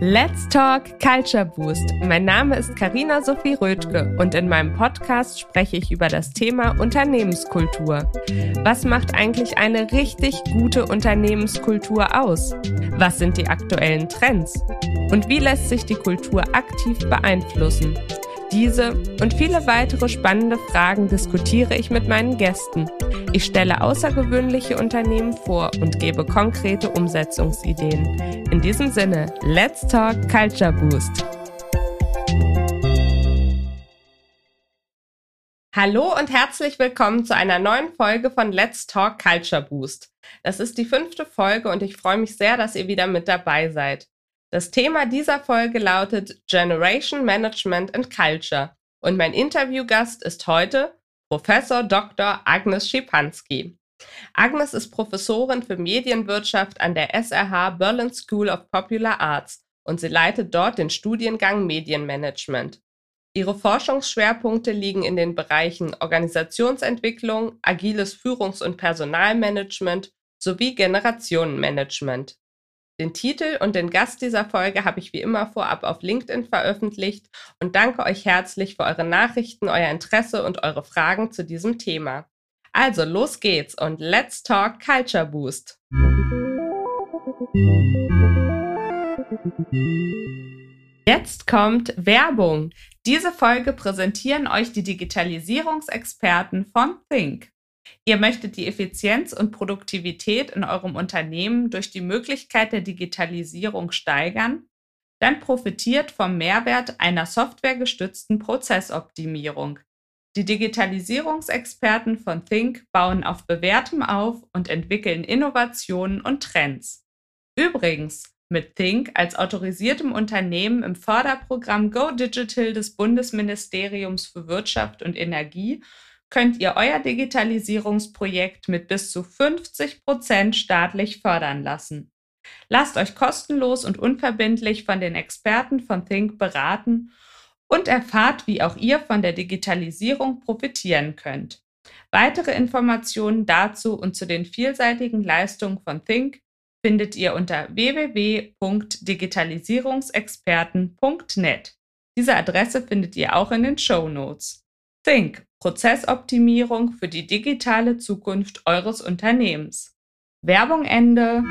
Let's Talk Culture Boost. Mein Name ist Carina Sophie Rödtke und in meinem Podcast spreche ich über das Thema Unternehmenskultur. Was macht eigentlich eine richtig gute Unternehmenskultur aus? Was sind die aktuellen Trends? Und wie lässt sich die Kultur aktiv beeinflussen? Diese und viele weitere spannende Fragen diskutiere ich mit meinen Gästen. Ich stelle außergewöhnliche Unternehmen vor und gebe konkrete Umsetzungsideen. In diesem Sinne, Let's Talk Culture Boost. Hallo und herzlich willkommen zu einer neuen Folge von Let's Talk Culture Boost. Das ist die 5. Folge und ich freue mich sehr, dass ihr wieder mit dabei seid. Das Thema dieser Folge lautet Generation Management and Culture und mein Interviewgast ist heute Professor Dr. Agnes Schipanski. Agnes ist Professorin für Medienwirtschaft an der SRH Berlin School of Popular Arts und sie leitet dort den Studiengang Medienmanagement. Ihre Forschungsschwerpunkte liegen in den Bereichen Organisationsentwicklung, agiles Führungs- und Personalmanagement sowie Generationenmanagement. Den Titel und den Gast dieser Folge habe ich wie immer vorab auf LinkedIn veröffentlicht und danke euch herzlich für eure Nachrichten, euer Interesse und eure Fragen zu diesem Thema. Also los geht's und let's talk Culture Boost. Jetzt kommt Werbung. Diese Folge präsentieren euch die Digitalisierungsexperten von Think. Ihr möchtet die Effizienz und Produktivität in eurem Unternehmen durch die Möglichkeit der Digitalisierung steigern? Dann profitiert vom Mehrwert einer softwaregestützten Prozessoptimierung. Die Digitalisierungsexperten von Think bauen auf Bewährtem auf und entwickeln Innovationen und Trends. Übrigens, mit Think als autorisiertem Unternehmen im Förderprogramm Go Digital des Bundesministeriums für Wirtschaft und Energie könnt ihr euer Digitalisierungsprojekt mit bis zu 50% staatlich fördern lassen. Lasst euch kostenlos und unverbindlich von den Experten von Think beraten und erfahrt, wie auch ihr von der Digitalisierung profitieren könnt. Weitere Informationen dazu und zu den vielseitigen Leistungen von Think findet ihr unter www.digitalisierungsexperten.net. Diese Adresse findet ihr auch in den Shownotes. Think – Prozessoptimierung für die digitale Zukunft eures Unternehmens. Werbung Ende.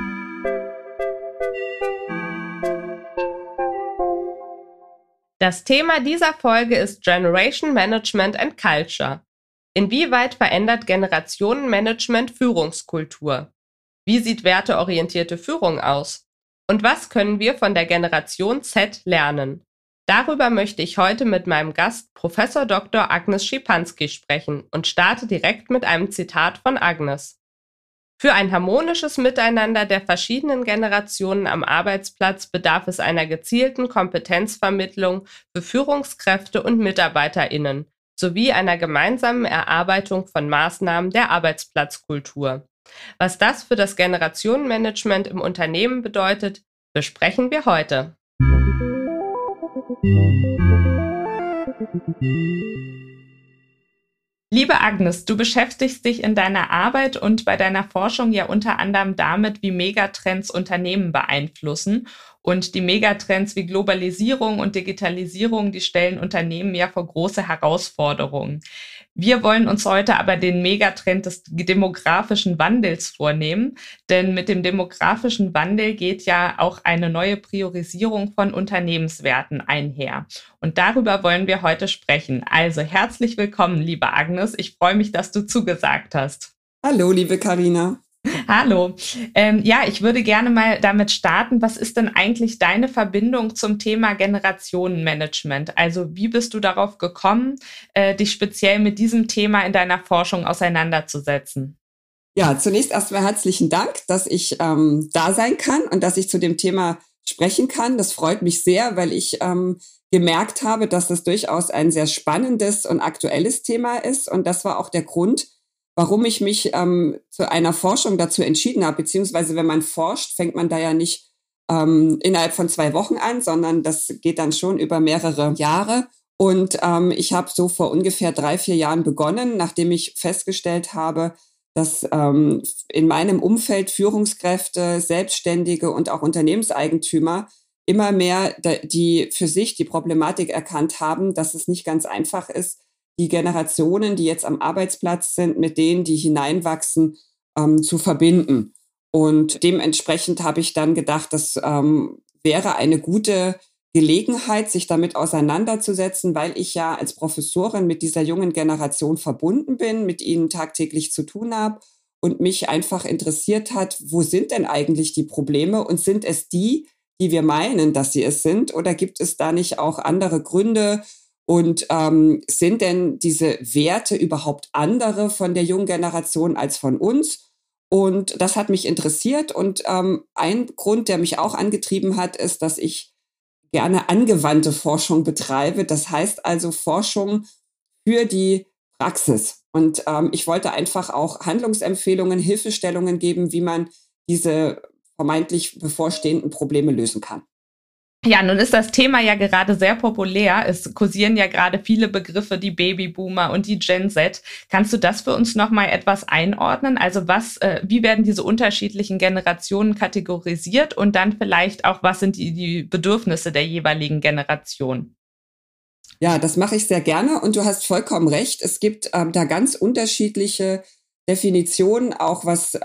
Das Thema dieser Folge ist Generation Management and Culture. Inwieweit verändert Generationenmanagement Führungskultur? Wie sieht werteorientierte Führung aus? Und was können wir von der Generation Z lernen? Darüber möchte ich heute mit meinem Gast Professor Dr. Agnes Schipanski sprechen und starte direkt mit einem Zitat von Agnes. Für ein harmonisches Miteinander der verschiedenen Generationen am Arbeitsplatz bedarf es einer gezielten Kompetenzvermittlung für Führungskräfte und MitarbeiterInnen sowie einer gemeinsamen Erarbeitung von Maßnahmen der Arbeitsplatzkultur. Was das für das Generationenmanagement im Unternehmen bedeutet, besprechen wir heute. Liebe Agnes, du beschäftigst dich in deiner Arbeit und bei deiner Forschung ja unter anderem damit, wie Megatrends Unternehmen beeinflussen. Und die Megatrends wie Globalisierung und Digitalisierung, die stellen Unternehmen ja vor große Herausforderungen. Wir wollen uns heute aber den Megatrend des demografischen Wandels vornehmen, denn mit dem demografischen Wandel geht ja auch eine neue Priorisierung von Unternehmenswerten einher. Und darüber wollen wir heute sprechen. Also herzlich willkommen, liebe Agnes. Ich freue mich, dass du zugesagt hast. Hallo, liebe Carina. Hallo. Ich würde gerne mal damit starten. Was ist denn eigentlich deine Verbindung zum Thema Generationenmanagement? Also wie bist du darauf gekommen, dich speziell mit diesem Thema in deiner Forschung auseinanderzusetzen? Ja, zunächst erstmal herzlichen Dank, dass ich da sein kann und dass ich zu dem Thema sprechen kann. Das freut mich sehr, weil ich gemerkt habe, dass das durchaus ein sehr spannendes und aktuelles Thema ist. Und das war auch der Grund, warum ich mich zu einer Forschung dazu entschieden habe, beziehungsweise wenn man forscht, fängt man da ja nicht innerhalb von 2 Wochen an, sondern das geht dann schon über mehrere Jahre. Und ich habe so vor ungefähr 3-4 Jahren begonnen, nachdem ich festgestellt habe, dass in meinem Umfeld Führungskräfte, Selbstständige und auch Unternehmenseigentümer immer mehr, die für sich die Problematik erkannt haben, dass es nicht ganz einfach ist, die Generationen, die jetzt am Arbeitsplatz sind, mit denen, die hineinwachsen, zu verbinden. Und dementsprechend habe ich dann gedacht, das wäre eine gute Gelegenheit, sich damit auseinanderzusetzen, weil ich ja als Professorin mit dieser jungen Generation verbunden bin, mit ihnen tagtäglich zu tun habe und mich einfach interessiert hat, wo sind denn eigentlich die Probleme und sind es die wir meinen, dass sie es sind, oder gibt es da nicht auch andere Gründe? Und sind denn diese Werte überhaupt andere von der jungen Generation als von uns? Und das hat mich interessiert. Und ein Grund, der mich auch angetrieben hat, ist, dass ich gerne angewandte Forschung betreibe. Das heißt also Forschung für die Praxis. Und ich wollte einfach auch Handlungsempfehlungen, Hilfestellungen geben, wie man diese vermeintlich bevorstehenden Probleme lösen kann. Ja, nun ist das Thema ja gerade sehr populär. Es kursieren ja gerade viele Begriffe, die Babyboomer und die Gen Z. Kannst du das für uns noch mal etwas einordnen? Also wie werden diese unterschiedlichen Generationen kategorisiert und dann vielleicht auch, was sind die Bedürfnisse der jeweiligen Generation? Ja, das mache ich sehr gerne und du hast vollkommen recht. Es gibt da ganz unterschiedliche Definitionen, auch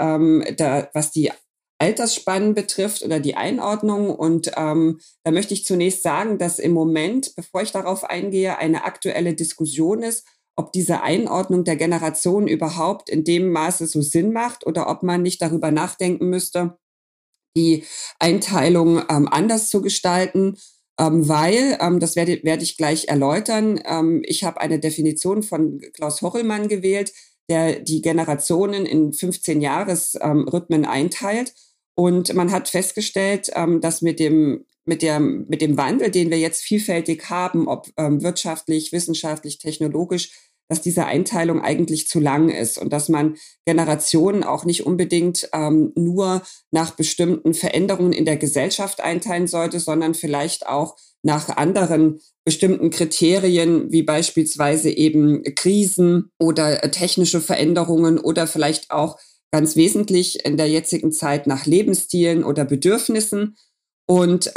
was die Altersspannen betrifft oder die Einordnung. Und da möchte ich zunächst sagen, dass im Moment, bevor ich darauf eingehe, eine aktuelle Diskussion ist, ob diese Einordnung der Generation überhaupt in dem Maße so Sinn macht oder ob man nicht darüber nachdenken müsste, die Einteilung anders zu gestalten. Weil, das werde ich gleich erläutern, ich habe eine Definition von Klaus Hochelmann gewählt, der die Generationen in 15 Jahresrhythmen einteilt. Und man hat festgestellt, dass mit dem Wandel, den wir jetzt vielfältig haben, ob wirtschaftlich, wissenschaftlich, technologisch, dass diese Einteilung eigentlich zu lang ist und dass man Generationen auch nicht unbedingt nur nach bestimmten Veränderungen in der Gesellschaft einteilen sollte, sondern vielleicht auch nach anderen bestimmten Kriterien, wie beispielsweise eben Krisen oder technische Veränderungen oder vielleicht auch ganz wesentlich in der jetzigen Zeit nach Lebensstilen oder Bedürfnissen. Und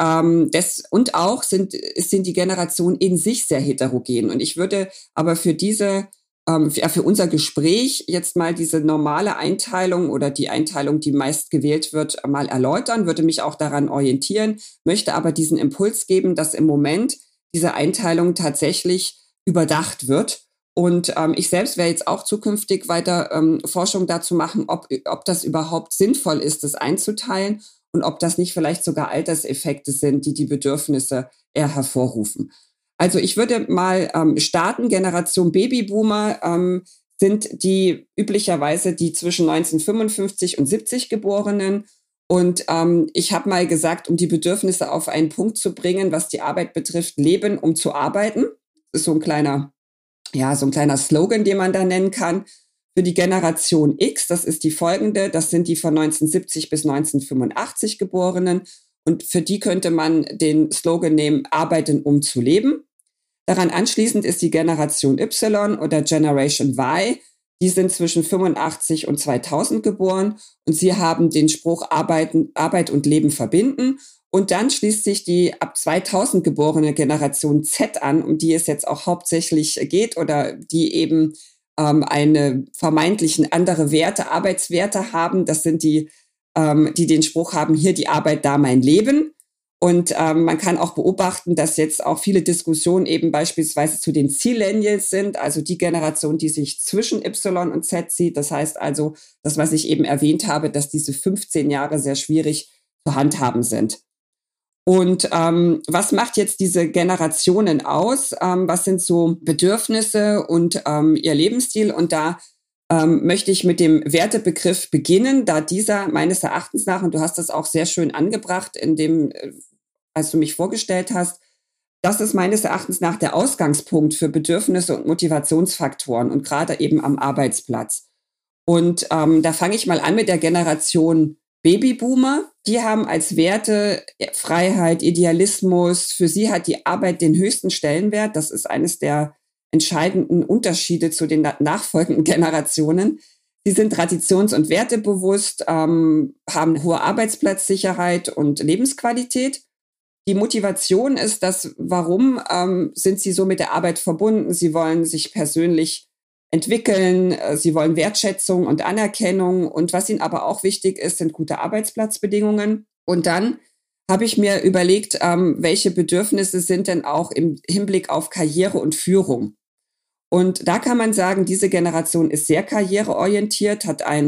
auch sind die Generationen in sich sehr heterogen. Und ich würde aber für für unser Gespräch jetzt mal diese normale Einteilung oder die Einteilung, die meist gewählt wird, mal erläutern, würde mich auch daran orientieren, möchte aber diesen Impuls geben, dass im Moment diese Einteilung tatsächlich überdacht wird. Und ich selbst werde jetzt auch zukünftig weiter Forschung dazu machen, ob das überhaupt sinnvoll ist, das einzuteilen und ob das nicht vielleicht sogar Alterseffekte sind, die Bedürfnisse eher hervorrufen. Also ich würde mal starten. Generation Babyboomer sind die üblicherweise die zwischen 1955 und 70 Geborenen. Und ich habe mal gesagt, um die Bedürfnisse auf einen Punkt zu bringen, was die Arbeit betrifft, leben, um zu arbeiten. Das ist so ein kleiner Slogan, den man da nennen kann. Für die Generation X, das ist die folgende, das sind die von 1970 bis 1985 Geborenen. Und für die könnte man den Slogan nehmen, arbeiten, um zu leben. Daran anschließend ist die Generation Y oder Generation Y. Die sind zwischen 85 und 2000 geboren und sie haben den Spruch Arbeit und Leben verbinden. Und dann schließt sich die ab 2000 geborene Generation Z an, um die es jetzt auch hauptsächlich geht oder die eben eine vermeintlichen andere Werte, Arbeitswerte haben. Das sind die den Spruch haben, hier die Arbeit, da mein Leben. Und man kann auch beobachten, dass jetzt auch viele Diskussionen eben beispielsweise zu den Zillennials sind, also die Generation, die sich zwischen Y und Z sieht. Das heißt also, das, was ich eben erwähnt habe, dass diese 15 Jahre sehr schwierig zu handhaben sind. Und was macht jetzt diese Generationen aus? Was sind so Bedürfnisse und ihr Lebensstil? Und da möchte ich mit dem Wertebegriff beginnen, da dieser meines Erachtens nach, und du hast das auch sehr schön angebracht, als du mich vorgestellt hast, das ist meines Erachtens nach der Ausgangspunkt für Bedürfnisse und Motivationsfaktoren und gerade eben am Arbeitsplatz. Und da fange ich mal an mit der Generation Babyboomer. Die haben als Werte Freiheit, Idealismus. Für sie hat die Arbeit den höchsten Stellenwert. Das ist eines der entscheidenden Unterschiede zu den nachfolgenden Generationen. Sie sind traditions- und wertebewusst, haben hohe Arbeitsplatzsicherheit und Lebensqualität. Die Motivation ist warum sind sie so mit der Arbeit verbunden? Sie wollen sich persönlich entwickeln, sie wollen Wertschätzung und Anerkennung. Und was ihnen aber auch wichtig ist, sind gute Arbeitsplatzbedingungen. Und dann habe ich mir überlegt, welche Bedürfnisse sind denn auch im Hinblick auf Karriere und Führung. Und da kann man sagen, diese Generation ist sehr karriereorientiert,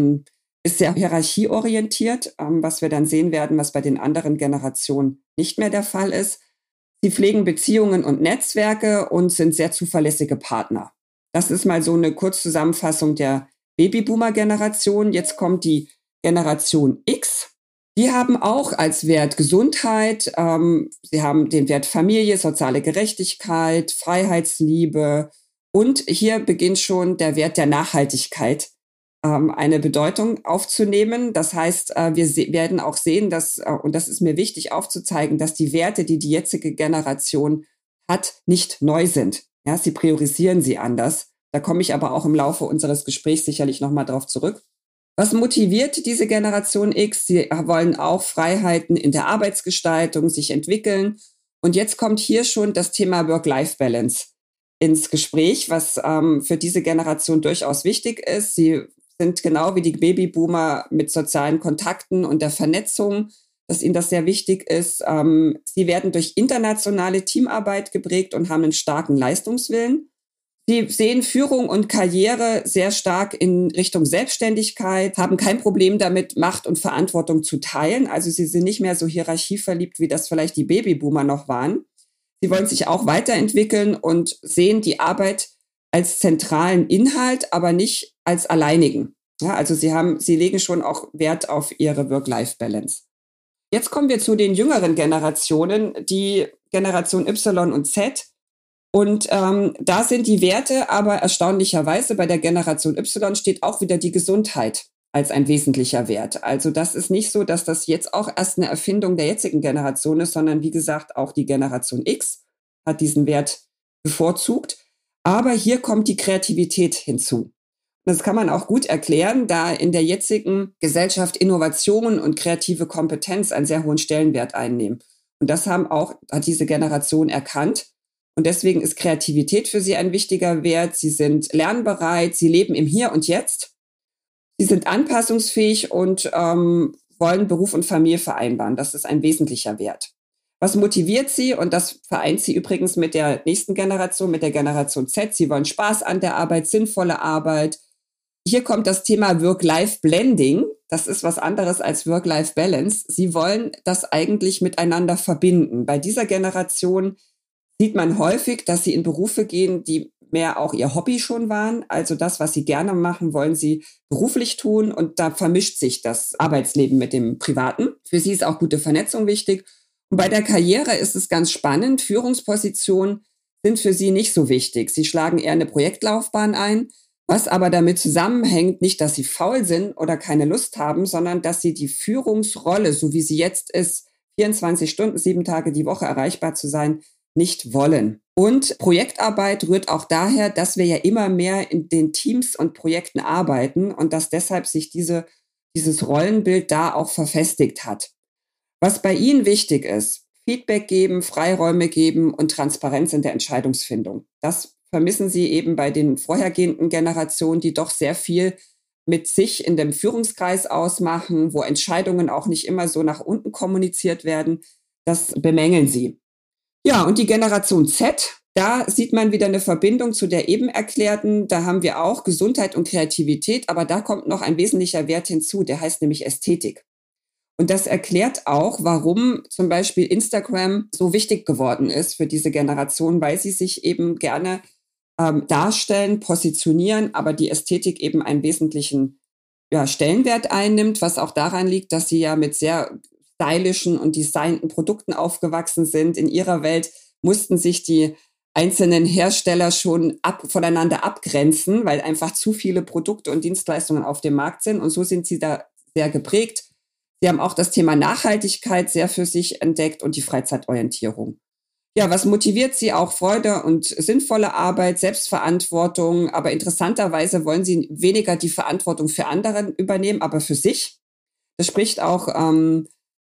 ist sehr hierarchieorientiert, was wir dann sehen werden, was bei den anderen Generationen nicht mehr der Fall ist. Sie pflegen Beziehungen und Netzwerke und sind sehr zuverlässige Partner. Das ist mal so eine Kurzzusammenfassung der Babyboomer-Generation. Jetzt kommt die Generation X. Die haben auch als Wert Gesundheit, sie haben den Wert Familie, soziale Gerechtigkeit, Freiheitsliebe und hier beginnt schon der Wert der Nachhaltigkeit eine Bedeutung aufzunehmen. Das heißt, wir werden auch sehen, und das ist mir wichtig aufzuzeigen, dass die Werte, die die jetzige Generation hat, nicht neu sind. Ja, sie priorisieren sie anders. Da komme ich aber auch im Laufe unseres Gesprächs sicherlich nochmal drauf zurück. Was motiviert diese Generation X? Sie wollen auch Freiheiten in der Arbeitsgestaltung, sich entwickeln. Und jetzt kommt hier schon das Thema Work-Life-Balance ins Gespräch, was für diese Generation durchaus wichtig ist. Sie sind genau wie die Babyboomer mit sozialen Kontakten und der Vernetzung, dass ihnen das sehr wichtig ist. Sie werden durch internationale Teamarbeit geprägt und haben einen starken Leistungswillen. Sie sehen Führung und Karriere sehr stark in Richtung Selbstständigkeit, haben kein Problem damit, Macht und Verantwortung zu teilen. Also sie sind nicht mehr so hierarchieverliebt, wie das vielleicht die Babyboomer noch waren. Sie wollen sich auch weiterentwickeln und sehen die Arbeit als zentralen Inhalt, aber nicht als alleinigen. Ja, also sie legen schon auch Wert auf ihre Work-Life-Balance. Jetzt kommen wir zu den jüngeren Generationen, die Generation Y und Z. Und da sind die Werte aber erstaunlicherweise bei der Generation Y steht auch wieder die Gesundheit als ein wesentlicher Wert. Also das ist nicht so, dass das jetzt auch erst eine Erfindung der jetzigen Generation ist, sondern wie gesagt, auch die Generation X hat diesen Wert bevorzugt. Aber hier kommt die Kreativität hinzu. Das kann man auch gut erklären, da in der jetzigen Gesellschaft Innovation und kreative Kompetenz einen sehr hohen Stellenwert einnehmen. Und das hat diese Generation erkannt. Und deswegen ist Kreativität für sie ein wichtiger Wert. Sie sind lernbereit, sie leben im Hier und Jetzt. Sie sind anpassungsfähig und wollen Beruf und Familie vereinbaren. Das ist ein wesentlicher Wert. Was motiviert sie? Und das vereint sie übrigens mit der nächsten Generation, mit der Generation Z. Sie wollen Spaß an der Arbeit, sinnvolle Arbeit. Hier kommt das Thema Work-Life-Blending. Das ist was anderes als Work-Life-Balance. Sie wollen das eigentlich miteinander verbinden. Bei dieser Generation sieht man häufig, dass sie in Berufe gehen, die mehr auch ihr Hobby schon waren. Also das, was sie gerne machen, wollen sie beruflich tun. Und da vermischt sich das Arbeitsleben mit dem Privaten. Für sie ist auch gute Vernetzung wichtig. Und bei der Karriere ist es ganz spannend. Führungspositionen sind für sie nicht so wichtig. Sie schlagen eher eine Projektlaufbahn ein, was aber damit zusammenhängt, nicht, dass sie faul sind oder keine Lust haben, sondern dass sie die Führungsrolle, so wie sie jetzt ist, 24 Stunden, 7 Tage die Woche erreichbar zu sein, nicht wollen. Und Projektarbeit rührt auch daher, dass wir ja immer mehr in den Teams und Projekten arbeiten und dass deshalb sich dieses Rollenbild da auch verfestigt hat. Was bei Ihnen wichtig ist, Feedback geben, Freiräume geben und Transparenz in der Entscheidungsfindung. Das vermissen Sie eben bei den vorhergehenden Generationen, die doch sehr viel mit sich in dem Führungskreis ausmachen, wo Entscheidungen auch nicht immer so nach unten kommuniziert werden. Das bemängeln Sie. Ja, und die Generation Z, da sieht man wieder eine Verbindung zu der eben erklärten. Da haben wir auch Gesundheit und Kreativität, aber da kommt noch ein wesentlicher Wert hinzu, der heißt nämlich Ästhetik. Und das erklärt auch, warum zum Beispiel Instagram so wichtig geworden ist für diese Generation, weil sie sich eben gerne darstellen, positionieren, aber die Ästhetik eben einen wesentlichen Stellenwert einnimmt, was auch daran liegt, dass sie ja mit sehr stylischen und designten Produkten aufgewachsen sind. In ihrer Welt mussten sich die einzelnen Hersteller schon voneinander abgrenzen, weil einfach zu viele Produkte und Dienstleistungen auf dem Markt sind. Und so sind sie da sehr geprägt. Sie haben auch das Thema Nachhaltigkeit sehr für sich entdeckt und die Freizeitorientierung. Ja, was motiviert sie? Auch Freude und sinnvolle Arbeit, Selbstverantwortung. Aber interessanterweise wollen sie weniger die Verantwortung für andere übernehmen, aber für sich. Das spricht auch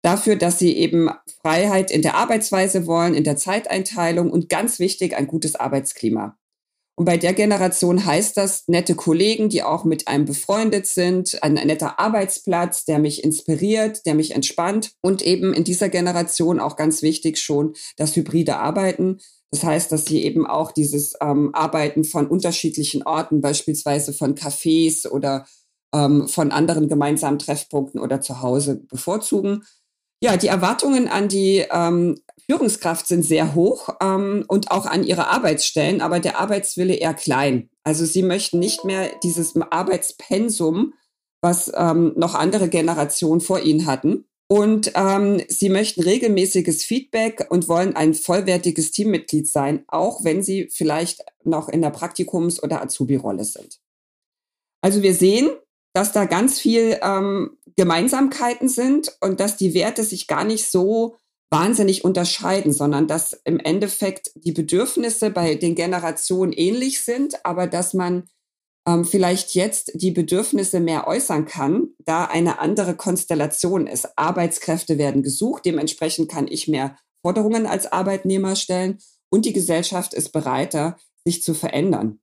dafür, dass sie eben Freiheit in der Arbeitsweise wollen, in der Zeiteinteilung und ganz wichtig, ein gutes Arbeitsklima. Und bei der Generation heißt das nette Kollegen, die auch mit einem befreundet sind, ein netter Arbeitsplatz, der mich inspiriert, der mich entspannt und eben in dieser Generation auch ganz wichtig schon das hybride Arbeiten. Das heißt, dass sie eben auch dieses Arbeiten von unterschiedlichen Orten, beispielsweise von Cafés oder von anderen gemeinsamen Treffpunkten oder zu Hause bevorzugen. Ja, die Erwartungen an die Führungskraft sind sehr hoch und auch an ihre Arbeitsstellen, aber der Arbeitswille eher klein. Also sie möchten nicht mehr dieses Arbeitspensum, was noch andere Generationen vor ihnen hatten. Und sie möchten regelmäßiges Feedback und wollen ein vollwertiges Teammitglied sein, auch wenn sie vielleicht noch in der Praktikums- oder Azubi-Rolle sind. Also wir sehen, dass da ganz viel Gemeinsamkeiten sind und dass die Werte sich gar nicht so wahnsinnig unterscheiden, sondern dass im Endeffekt die Bedürfnisse bei den Generationen ähnlich sind, aber dass man vielleicht jetzt die Bedürfnisse mehr äußern kann, da eine andere Konstellation ist. Arbeitskräfte werden gesucht, dementsprechend kann ich mehr Forderungen als Arbeitnehmer stellen und die Gesellschaft ist bereiter, sich zu verändern.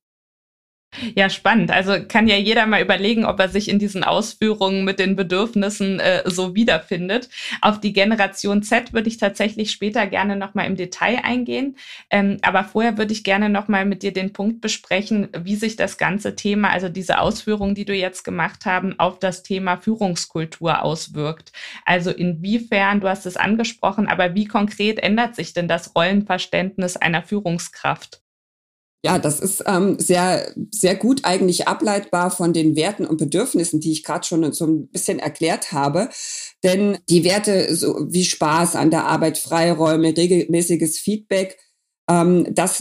Ja, spannend. Also kann ja jeder mal überlegen, ob er sich in diesen Ausführungen mit den Bedürfnissen so wiederfindet. Auf die Generation Z würde ich tatsächlich später gerne nochmal im Detail eingehen. Aber vorher würde ich gerne nochmal mit dir den Punkt besprechen, wie sich das ganze Thema, also diese Ausführungen, die du jetzt gemacht haben, auf das Thema Führungskultur auswirkt. Also inwiefern, du hast es angesprochen, aber wie konkret ändert sich denn das Rollenverständnis einer Führungskraft? Ja, das ist sehr, sehr gut eigentlich ableitbar von den Werten und Bedürfnissen, die ich gerade schon so ein bisschen erklärt habe. Denn die Werte so wie Spaß an der Arbeit, Freiräume, regelmäßiges Feedback, das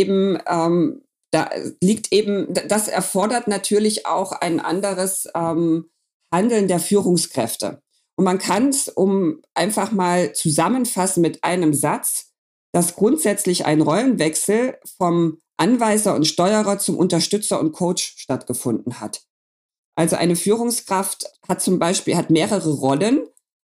das erfordert natürlich auch ein anderes Handeln der Führungskräfte. Und man kann es, um einfach mal zusammenfassen mit einem Satz, dass grundsätzlich ein Rollenwechsel vom Anweiser und Steuerer zum Unterstützer und Coach stattgefunden hat. Also eine Führungskraft hat mehrere Rollen.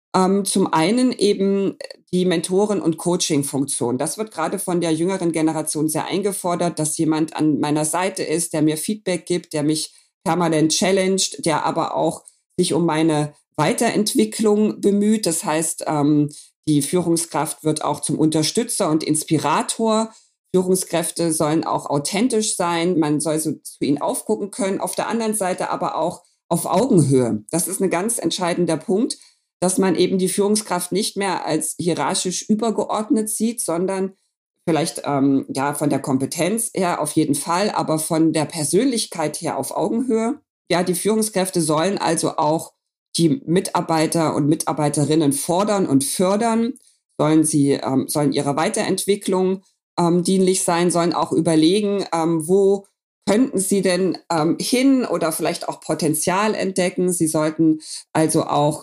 Zum einen eben die Mentoren- und Coaching-Funktion. Das wird gerade von der jüngeren Generation sehr eingefordert, dass jemand an meiner Seite ist, der mir Feedback gibt, der mich permanent challenged, der aber auch sich um meine Weiterentwicklung bemüht. Das heißt, die Führungskraft wird auch zum Unterstützer und Inspirator. Führungskräfte sollen auch authentisch sein. Man soll so zu ihnen aufgucken können. Auf der anderen Seite aber auch auf Augenhöhe. Das ist ein ganz entscheidender Punkt, dass man eben die Führungskraft nicht mehr als hierarchisch übergeordnet sieht, sondern vielleicht von der Kompetenz her auf jeden Fall, aber von der Persönlichkeit her auf Augenhöhe. Ja, die Führungskräfte sollen also auch die Mitarbeiter und Mitarbeiterinnen fordern und fördern, sollen ihrer Weiterentwicklung dienlich sein, sollen auch überlegen, wo könnten sie denn hin oder vielleicht auch Potenzial entdecken. Sie sollten also auch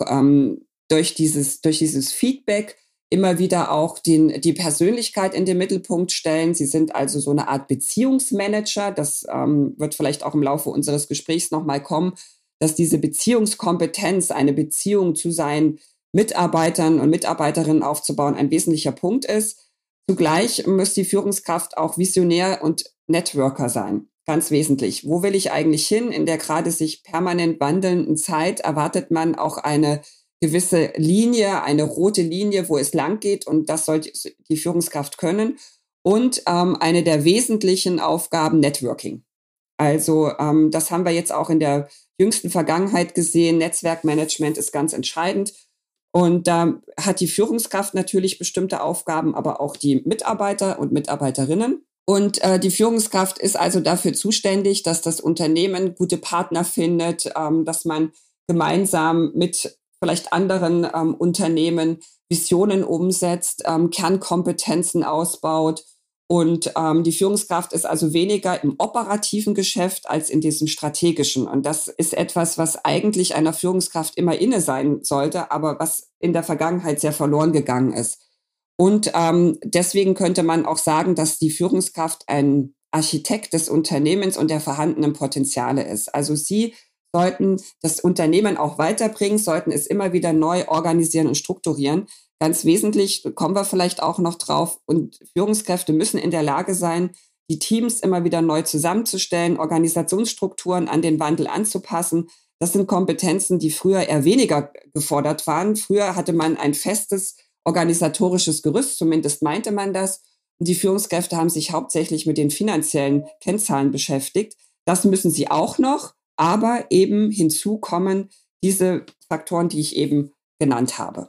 durch dieses Feedback immer wieder auch die Persönlichkeit in den Mittelpunkt stellen. Sie sind also so eine Art Beziehungsmanager. Das wird vielleicht auch im Laufe unseres Gesprächs nochmal kommen, dass diese Beziehungskompetenz, eine Beziehung zu seinen Mitarbeitern und Mitarbeiterinnen aufzubauen, ein wesentlicher Punkt ist. Zugleich muss die Führungskraft auch Visionär und Networker sein. Ganz wesentlich. Wo will ich eigentlich hin? In der gerade sich permanent wandelnden Zeit erwartet man auch eine gewisse Linie, eine rote Linie, wo es lang geht. Und das sollte die Führungskraft können. Und eine der wesentlichen Aufgaben, Networking. Also das haben wir jetzt auch in der jüngsten Vergangenheit gesehen. Netzwerkmanagement ist ganz entscheidend. Und da hat die Führungskraft natürlich bestimmte Aufgaben, aber auch die Mitarbeiter und Mitarbeiterinnen. Und die Führungskraft ist also dafür zuständig, dass das Unternehmen gute Partner findet, dass man gemeinsam mit vielleicht anderen Unternehmen Visionen umsetzt, Kernkompetenzen ausbaut. Und die Führungskraft ist also weniger im operativen Geschäft als in diesem strategischen. Und das ist etwas, was eigentlich einer Führungskraft immer inne sein sollte, aber was in der Vergangenheit sehr verloren gegangen ist. Und deswegen könnte man auch sagen, dass die Führungskraft ein Architekt des Unternehmens und der vorhandenen Potenziale ist. Also sie sollten das Unternehmen auch weiterbringen, sollten es immer wieder neu organisieren und strukturieren. Ganz wesentlich, kommen wir vielleicht auch noch drauf, und Führungskräfte müssen in der Lage sein, die Teams immer wieder neu zusammenzustellen, Organisationsstrukturen an den Wandel anzupassen. Das sind Kompetenzen, die früher eher weniger gefordert waren. Früher hatte man ein festes organisatorisches Gerüst, zumindest meinte man das. Und die Führungskräfte haben sich hauptsächlich mit den finanziellen Kennzahlen beschäftigt. Das müssen sie auch noch, aber eben hinzu kommen diese Faktoren, die ich eben genannt habe.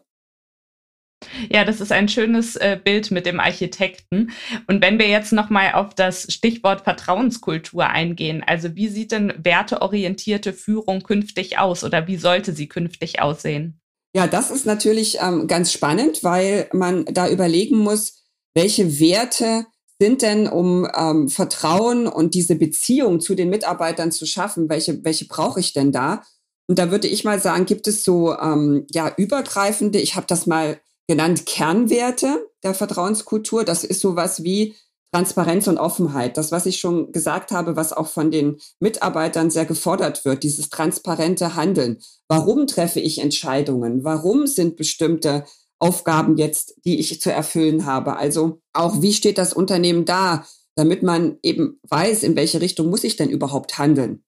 Ja, das ist ein schönes Bild mit dem Architekten. Und wenn wir jetzt nochmal auf das Stichwort Vertrauenskultur eingehen, also wie sieht denn werteorientierte Führung künftig aus oder wie sollte sie künftig aussehen? Ja, das ist natürlich ganz spannend, weil man da überlegen muss, welche Werte sind denn, um Vertrauen und diese Beziehung zu den Mitarbeitern zu schaffen, welche brauche ich denn da? Und da würde ich mal sagen, gibt es so übergreifende, ich habe das mal genannt, Kernwerte der Vertrauenskultur. Das ist sowas wie Transparenz und Offenheit. Das, was ich schon gesagt habe, was auch von den Mitarbeitern sehr gefordert wird, dieses transparente Handeln. Warum treffe ich Entscheidungen? Warum sind bestimmte Aufgaben jetzt, die ich zu erfüllen habe? Also auch, wie steht das Unternehmen da, damit man eben weiß, in welche Richtung muss ich denn überhaupt handeln?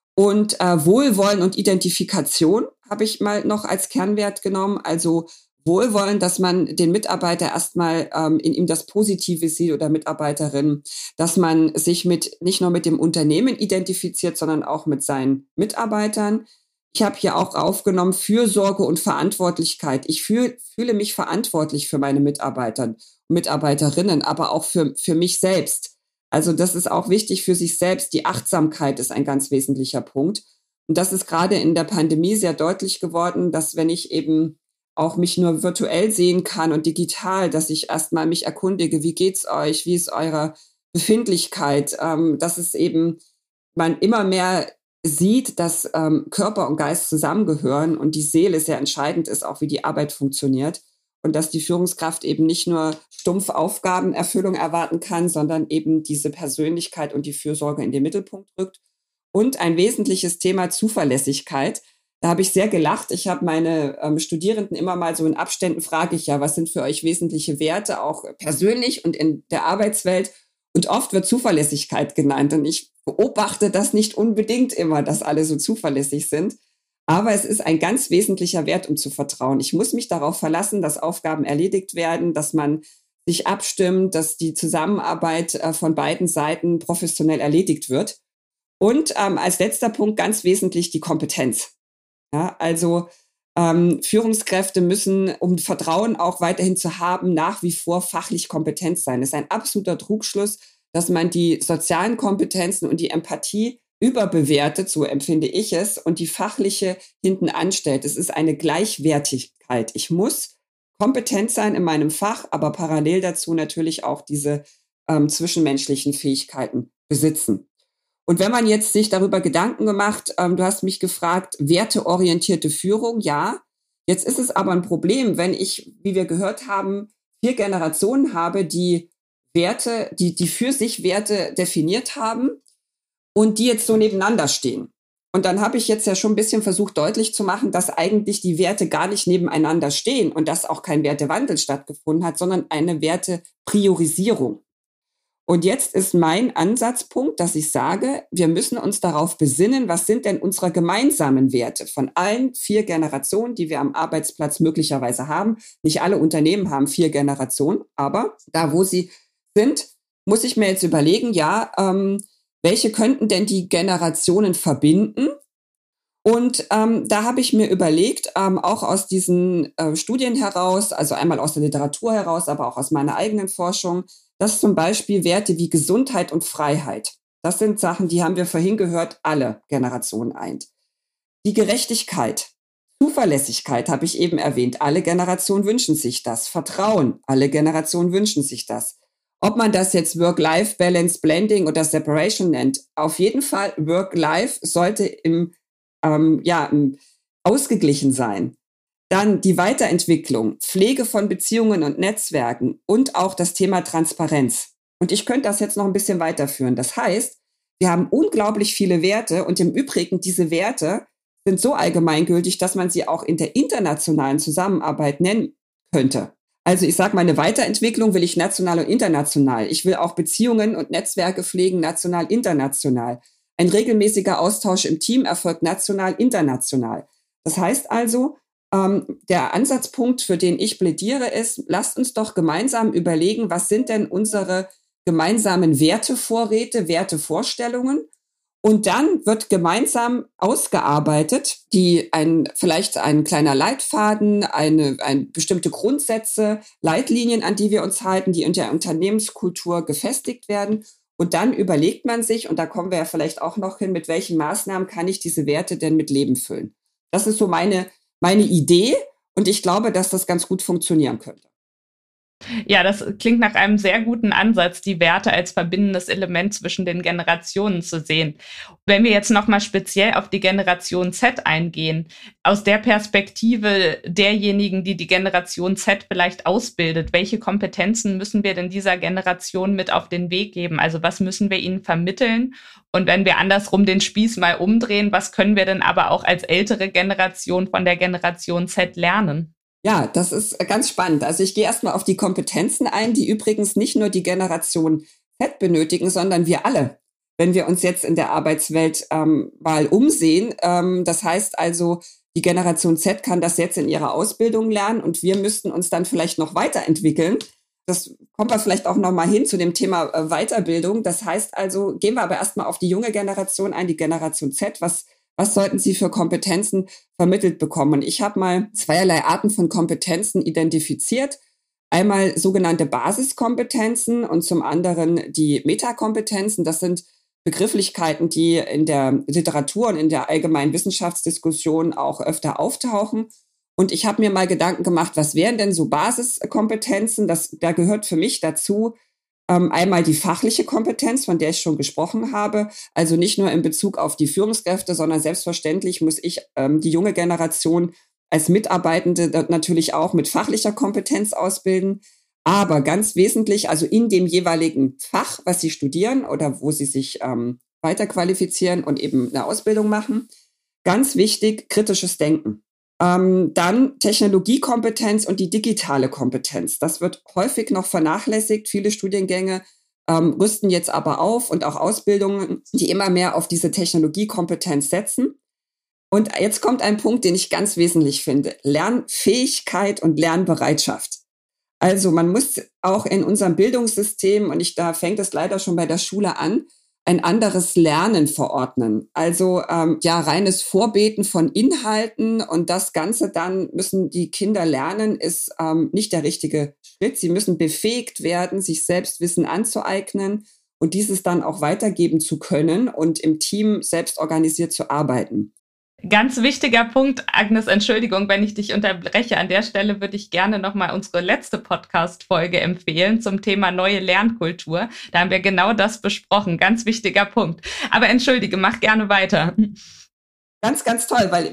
Und Wohlwollen und Identifikation habe ich mal noch als Kernwert genommen. Also Wohlwollen, dass man den Mitarbeiter erstmal in ihm das Positive sieht oder Mitarbeiterin, dass man sich nicht nur mit dem Unternehmen identifiziert, sondern auch mit seinen Mitarbeitern. Ich habe hier auch aufgenommen Fürsorge und Verantwortlichkeit. Ich fühle mich verantwortlich für meine Mitarbeiter und Mitarbeiterinnen, aber auch für mich selbst. Also das ist auch wichtig für sich selbst. Die Achtsamkeit ist ein ganz wesentlicher Punkt. Und das ist gerade in der Pandemie sehr deutlich geworden, dass wenn ich eben auch mich nur virtuell sehen kann und digital, dass ich erstmal mich erkundige, wie geht's euch, wie ist eure Befindlichkeit, dass es eben man immer mehr sieht, dass Körper und Geist zusammengehören und die Seele sehr entscheidend ist, auch wie die Arbeit funktioniert und dass die Führungskraft eben nicht nur stumpf Aufgabenerfüllung erwarten kann, sondern eben diese Persönlichkeit und die Fürsorge in den Mittelpunkt rückt. Und ein wesentliches Thema Zuverlässigkeit. Da habe ich sehr gelacht. Ich habe meine Studierenden immer mal so in Abständen, frage ich ja, was sind für euch wesentliche Werte, auch persönlich und in der Arbeitswelt? Und oft wird Zuverlässigkeit genannt. Und ich beobachte das nicht unbedingt immer, dass alle so zuverlässig sind. Aber es ist ein ganz wesentlicher Wert, um zu vertrauen. Ich muss mich darauf verlassen, dass Aufgaben erledigt werden, dass man sich abstimmt, dass die Zusammenarbeit von beiden Seiten professionell erledigt wird. Und als letzter Punkt ganz wesentlich die Kompetenz. Ja, also Führungskräfte müssen, um Vertrauen auch weiterhin zu haben, nach wie vor fachlich kompetent sein. Es ist ein absoluter Trugschluss, dass man die sozialen Kompetenzen und die Empathie überbewertet, so empfinde ich es, und die fachliche hinten anstellt. Es ist eine Gleichwertigkeit. Ich muss kompetent sein in meinem Fach, aber parallel dazu natürlich auch diese zwischenmenschlichen Fähigkeiten besitzen. Und wenn man jetzt sich darüber Gedanken gemacht, du hast mich gefragt, werteorientierte Führung, ja. Jetzt ist es aber ein Problem, wenn ich, wie wir gehört haben, 4 Generationen habe, die Werte, die für sich Werte definiert haben und die jetzt so nebeneinander stehen. Und dann habe ich jetzt ja schon ein bisschen versucht deutlich zu machen, dass eigentlich die Werte gar nicht nebeneinander stehen und dass auch kein Wertewandel stattgefunden hat, sondern eine Wertepriorisierung. Und jetzt ist mein Ansatzpunkt, dass ich sage, wir müssen uns darauf besinnen, was sind denn unsere gemeinsamen Werte von allen 4 Generationen, die wir am Arbeitsplatz möglicherweise haben. Nicht alle Unternehmen haben 4 Generationen, aber da, wo sie sind, muss ich mir jetzt überlegen, ja, welche könnten denn die Generationen verbinden? Und da habe ich mir überlegt, auch aus diesen Studien heraus, also einmal aus der Literatur heraus, aber auch aus meiner eigenen Forschung, dass zum Beispiel Werte wie Gesundheit und Freiheit, das sind Sachen, die haben wir vorhin gehört, alle Generationen eint. Die Gerechtigkeit, Zuverlässigkeit habe ich eben erwähnt, alle Generationen wünschen sich das. Vertrauen, alle Generationen wünschen sich das. Ob man das jetzt Work-Life-Balance, Blending oder Separation nennt, auf jeden Fall Work-Life sollte ausgeglichen sein. Dann die Weiterentwicklung, Pflege von Beziehungen und Netzwerken und auch das Thema Transparenz. Und ich könnte das jetzt noch ein bisschen weiterführen. Das heißt, Wir haben unglaublich viele Werte und im Übrigen, diese Werte sind so allgemeingültig, dass man sie auch in der internationalen Zusammenarbeit nennen könnte. Also ich sage mal, eine Weiterentwicklung will ich national und international. Ich will auch Beziehungen und Netzwerke pflegen, national, international. Ein regelmäßiger Austausch im Team erfolgt national, international. Das heißt also, der Ansatzpunkt, für den ich plädiere, ist, lasst uns doch gemeinsam überlegen, was sind denn unsere gemeinsamen Wertevorräte, Wertevorstellungen? Und dann wird gemeinsam ausgearbeitet, vielleicht ein kleiner Leitfaden, bestimmte Grundsätze, Leitlinien, an die wir uns halten, die in der Unternehmenskultur gefestigt werden. Und dann überlegt man sich, und da kommen wir ja vielleicht auch noch hin, mit welchen Maßnahmen kann ich diese Werte denn mit Leben füllen? Das ist so meine Idee, und ich glaube, dass das ganz gut funktionieren könnte. Ja, das klingt nach einem sehr guten Ansatz, die Werte als verbindendes Element zwischen den Generationen zu sehen. Wenn wir jetzt nochmal speziell auf die Generation Z eingehen, aus der Perspektive derjenigen, die die Generation Z vielleicht ausbildet, welche Kompetenzen müssen wir denn dieser Generation mit auf den Weg geben? Also was müssen wir ihnen vermitteln? Und wenn wir andersrum den Spieß mal umdrehen, was können wir denn aber auch als ältere Generation von der Generation Z lernen? Ja, das ist ganz spannend. Also ich gehe erstmal auf die Kompetenzen ein, die übrigens nicht nur die Generation Z benötigen, sondern wir alle, wenn wir uns jetzt in der Arbeitswelt mal umsehen. Das heißt also, die Generation Z kann das jetzt in ihrer Ausbildung lernen und wir müssten uns dann vielleicht noch weiterentwickeln. Das kommt wir vielleicht auch noch mal hin zu dem Thema Weiterbildung. Das heißt also, gehen wir aber erstmal auf die junge Generation ein, die Generation Z. Was sollten sie für Kompetenzen vermittelt bekommen? Und ich habe mal zweierlei Arten von Kompetenzen identifiziert. Einmal sogenannte Basiskompetenzen und zum anderen die Metakompetenzen. Das sind Begrifflichkeiten, die in der Literatur und in der allgemeinen Wissenschaftsdiskussion auch öfter auftauchen. Und ich habe mir mal Gedanken gemacht, was wären denn so Basiskompetenzen? Da gehört für mich dazu, einmal die fachliche Kompetenz, von der ich schon gesprochen habe, also nicht nur in Bezug auf die Führungskräfte, sondern selbstverständlich muss ich die junge Generation als Mitarbeitende natürlich auch mit fachlicher Kompetenz ausbilden. Aber ganz wesentlich, also in dem jeweiligen Fach, was sie studieren oder wo sie sich weiterqualifizieren und eben eine Ausbildung machen, ganz wichtig, kritisches Denken. Dann Technologiekompetenz und die digitale Kompetenz. Das wird häufig noch vernachlässigt. Viele Studiengänge rüsten jetzt aber auf und auch Ausbildungen, die immer mehr auf diese Technologiekompetenz setzen. Und jetzt kommt ein Punkt, den ich ganz wesentlich finde. Lernfähigkeit und Lernbereitschaft. Also man muss auch in unserem Bildungssystem, und da fängt es leider schon bei der Schule an, ein anderes Lernen verordnen. Also reines Vorbeten von Inhalten und das Ganze dann müssen die Kinder lernen, ist nicht der richtige Schritt. Sie müssen befähigt werden, sich selbst Wissen anzueignen und dieses dann auch weitergeben zu können und im Team selbst organisiert zu arbeiten. Ganz wichtiger Punkt, Agnes, Entschuldigung, wenn ich dich unterbreche. An der Stelle würde ich gerne nochmal unsere letzte Podcast-Folge empfehlen zum Thema neue Lernkultur. Da haben wir genau das besprochen. Ganz wichtiger Punkt. Aber entschuldige, mach gerne weiter. Ganz, ganz toll, weil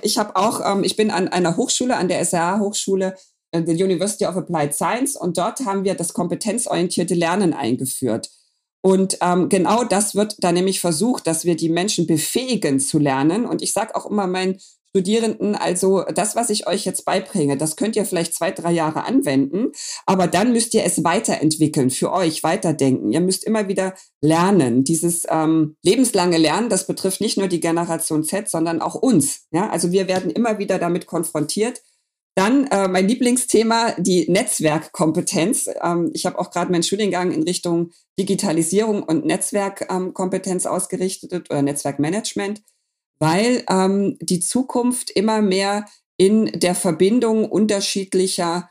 ich bin an einer Hochschule, an der SRH-Hochschule, the University of Applied Science, und dort haben wir das kompetenzorientierte Lernen eingeführt. Und genau das wird da nämlich versucht, dass wir die Menschen befähigen zu lernen. Und ich sage auch immer meinen Studierenden, also das, was ich euch jetzt beibringe, das könnt ihr vielleicht 2-3 Jahre anwenden, aber dann müsst ihr es weiterentwickeln, für euch weiterdenken. Ihr müsst immer wieder lernen. Dieses lebenslange Lernen, das betrifft nicht nur die Generation Z, sondern auch uns. Ja? Also wir werden immer wieder damit konfrontiert. Dann mein Lieblingsthema, die Netzwerkkompetenz. Ich habe auch gerade meinen Studiengang in Richtung Digitalisierung und Netzwerkkompetenz ausgerichtet oder Netzwerkmanagement, weil die Zukunft immer mehr in der Verbindung unterschiedlicher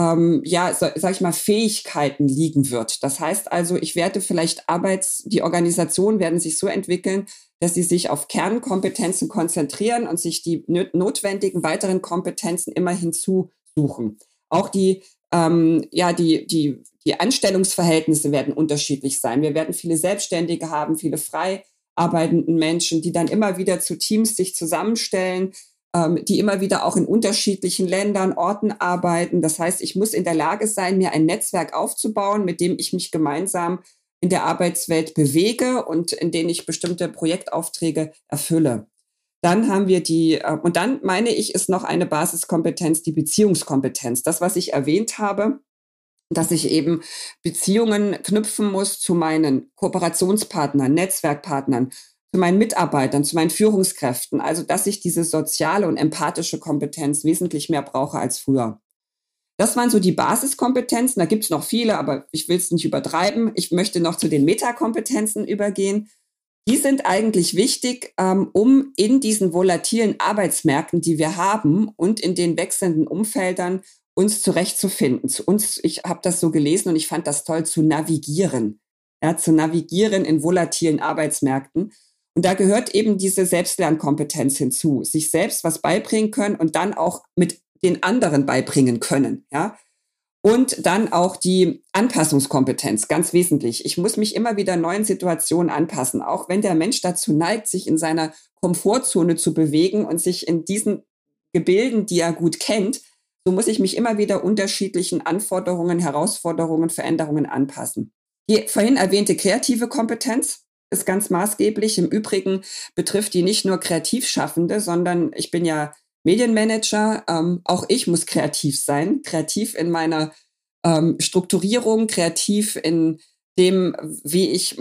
Fähigkeiten liegen wird. Das heißt also, ich werde vielleicht die Organisationen werden sich so entwickeln, dass sie sich auf Kernkompetenzen konzentrieren und sich die notwendigen weiteren Kompetenzen immer hinzusuchen. Auch die Anstellungsverhältnisse werden unterschiedlich sein. Wir werden viele Selbstständige haben, viele frei arbeitenden Menschen, die dann immer wieder zu Teams sich zusammenstellen, die immer wieder auch in unterschiedlichen Ländern, Orten arbeiten. Das heißt, ich muss in der Lage sein, mir ein Netzwerk aufzubauen, mit dem ich mich gemeinsam in der Arbeitswelt bewege und in denen ich bestimmte Projektaufträge erfülle. Dann haben wir und dann meine ich, ist noch eine Basiskompetenz, die Beziehungskompetenz. Das, was ich erwähnt habe, dass ich eben Beziehungen knüpfen muss zu meinen Kooperationspartnern, Netzwerkpartnern, zu meinen Mitarbeitern, zu meinen Führungskräften. Also, dass ich diese soziale und empathische Kompetenz wesentlich mehr brauche als früher. Das waren so die Basiskompetenzen. Da gibt es noch viele, aber ich will es nicht übertreiben. Ich möchte noch zu den Metakompetenzen übergehen. Die sind eigentlich wichtig, um in diesen volatilen Arbeitsmärkten, die wir haben und in den wechselnden Umfeldern uns zurechtzufinden. Ich habe das so gelesen und ich fand das toll, zu navigieren. Ja, zu navigieren in volatilen Arbeitsmärkten. Und da gehört eben diese Selbstlernkompetenz hinzu, sich selbst was beibringen können und dann auch mit den anderen beibringen können. Ja. Und dann auch die Anpassungskompetenz, ganz wesentlich. Ich muss mich immer wieder neuen Situationen anpassen, auch wenn der Mensch dazu neigt, sich in seiner Komfortzone zu bewegen und sich in diesen Gebilden, die er gut kennt, so muss ich mich immer wieder unterschiedlichen Anforderungen, Herausforderungen, Veränderungen anpassen. Die vorhin erwähnte kreative Kompetenz ist ganz maßgeblich. Im Übrigen betrifft die nicht nur Kreativschaffende, sondern ich bin ja Medienmanager. Auch ich muss kreativ sein, kreativ in meiner Strukturierung, kreativ in dem, wie ich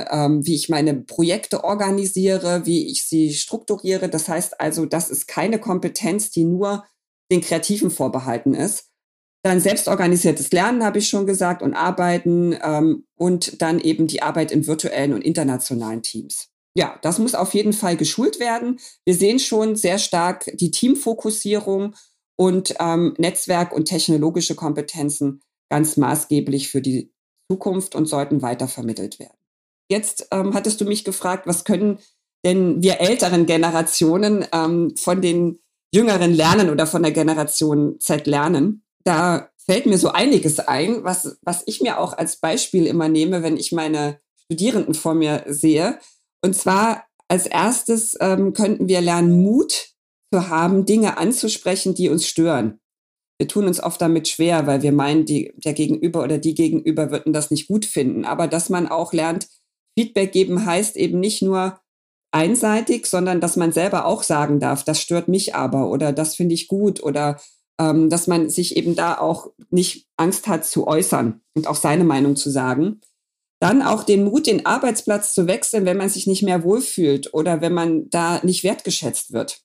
meine Projekte organisiere, wie ich sie strukturiere. Das heißt also, das ist keine Kompetenz, die nur den Kreativen vorbehalten ist. Dann selbstorganisiertes Lernen, habe ich schon gesagt, und Arbeiten und dann eben die Arbeit in virtuellen und internationalen Teams. Ja, das muss auf jeden Fall geschult werden. Wir sehen schon sehr stark die Teamfokussierung und Netzwerk- und technologische Kompetenzen ganz maßgeblich für die Zukunft und sollten weitervermittelt werden. Jetzt hattest du mich gefragt, was können denn wir älteren Generationen von den Jüngeren lernen oder von der Generation Z lernen? Da fällt mir so einiges ein, was ich mir auch als Beispiel immer nehme, wenn ich meine Studierenden vor mir sehe. Und zwar als erstes könnten wir lernen, Mut zu haben, Dinge anzusprechen, die uns stören. Wir tun uns oft damit schwer, weil wir meinen, der Gegenüber oder die Gegenüber würden das nicht gut finden. Aber dass man auch lernt, Feedback geben heißt eben nicht nur einseitig, sondern dass man selber auch sagen darf, das stört mich aber oder das finde ich gut oder dass man sich eben da auch nicht Angst hat zu äußern und auch seine Meinung zu sagen. Dann auch den Mut, den Arbeitsplatz zu wechseln, wenn man sich nicht mehr wohlfühlt oder wenn man da nicht wertgeschätzt wird.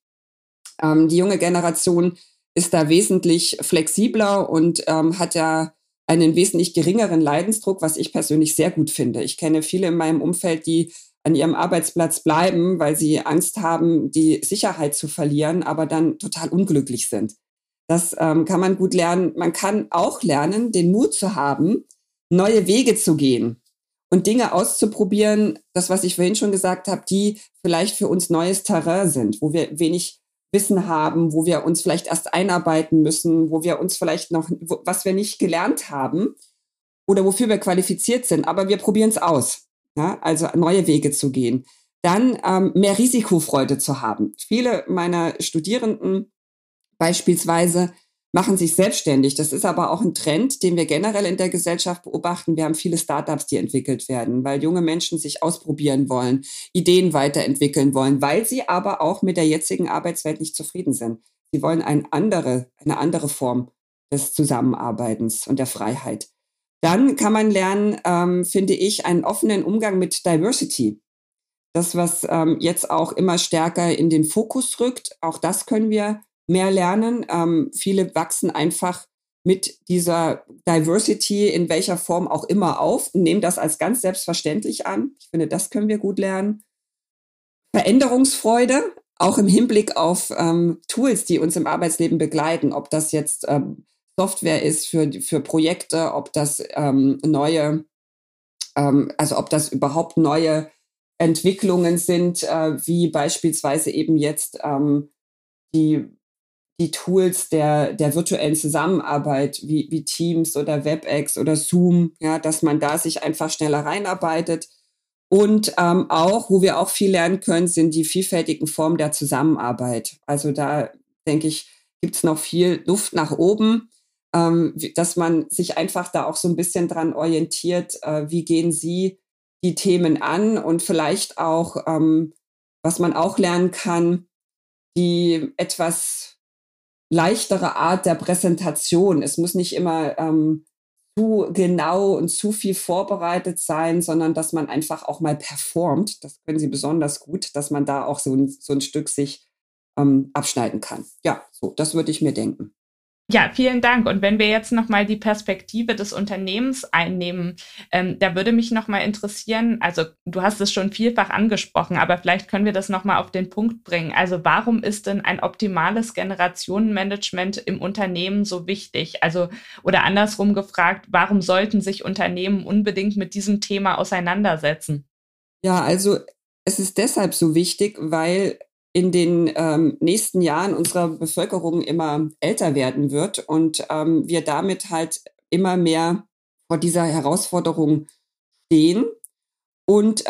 Die junge Generation ist da wesentlich flexibler und hat ja einen wesentlich geringeren Leidensdruck, was ich persönlich sehr gut finde. Ich kenne viele in meinem Umfeld, die an ihrem Arbeitsplatz bleiben, weil sie Angst haben, die Sicherheit zu verlieren, aber dann total unglücklich sind. Das kann man gut lernen. Man kann auch lernen, den Mut zu haben, neue Wege zu gehen und Dinge auszuprobieren, das, was ich vorhin schon gesagt habe, die vielleicht für uns neues Terrain sind, wo wir wenig Wissen haben, wo wir uns vielleicht erst einarbeiten müssen, wo wir uns vielleicht noch, was wir nicht gelernt haben oder wofür wir qualifiziert sind, aber wir probieren es aus, ja? Also neue Wege zu gehen. Dann mehr Risikofreude zu haben. Viele meiner Studierenden beispielsweise machen sich selbstständig. Das ist aber auch ein Trend, den wir generell in der Gesellschaft beobachten. Wir haben viele Startups, die entwickelt werden, weil junge Menschen sich ausprobieren wollen, Ideen weiterentwickeln wollen, weil sie aber auch mit der jetzigen Arbeitswelt nicht zufrieden sind. Sie wollen eine andere Form des Zusammenarbeitens und der Freiheit. Dann kann man lernen, finde ich, einen offenen Umgang mit Diversity. Das, was jetzt auch immer stärker in den Fokus rückt, auch das können wir mehr lernen. Viele wachsen einfach mit dieser Diversity in welcher Form auch immer auf und nehmen das als ganz selbstverständlich an. Ich finde, das können wir gut lernen. Veränderungsfreude, auch im Hinblick auf Tools, die uns im Arbeitsleben begleiten, ob das jetzt Software ist für Projekte, ob das ob das überhaupt neue Entwicklungen sind, wie beispielsweise eben jetzt die Tools der virtuellen Zusammenarbeit, wie Teams oder WebEx oder Zoom, ja, dass man da sich einfach schneller reinarbeitet. Und auch, wo wir auch viel lernen können, sind die vielfältigen Formen der Zusammenarbeit. Also da, denke ich, gibt es noch viel Luft nach oben, dass man sich einfach da auch so ein bisschen dran orientiert, wie gehen Sie die Themen an und vielleicht auch, was man auch lernen kann, die etwas leichtere Art der Präsentation. Es muss nicht immer zu genau und zu viel vorbereitet sein, sondern dass man einfach auch mal performt. Das können sie besonders gut, dass man da auch so ein Stück sich abschneiden kann. Ja, so, das würde ich mir denken. Ja, vielen Dank. Und wenn wir jetzt nochmal die Perspektive des Unternehmens einnehmen, da würde mich nochmal interessieren, also du hast es schon vielfach angesprochen, aber vielleicht können wir das nochmal auf den Punkt bringen. Also warum ist denn ein optimales Generationenmanagement im Unternehmen so wichtig? Also, oder andersrum gefragt, warum sollten sich Unternehmen unbedingt mit diesem Thema auseinandersetzen? Ja, also es ist deshalb so wichtig, weil in den nächsten Jahren unsere Bevölkerung immer älter werden wird und wir damit halt immer mehr vor dieser Herausforderung stehen und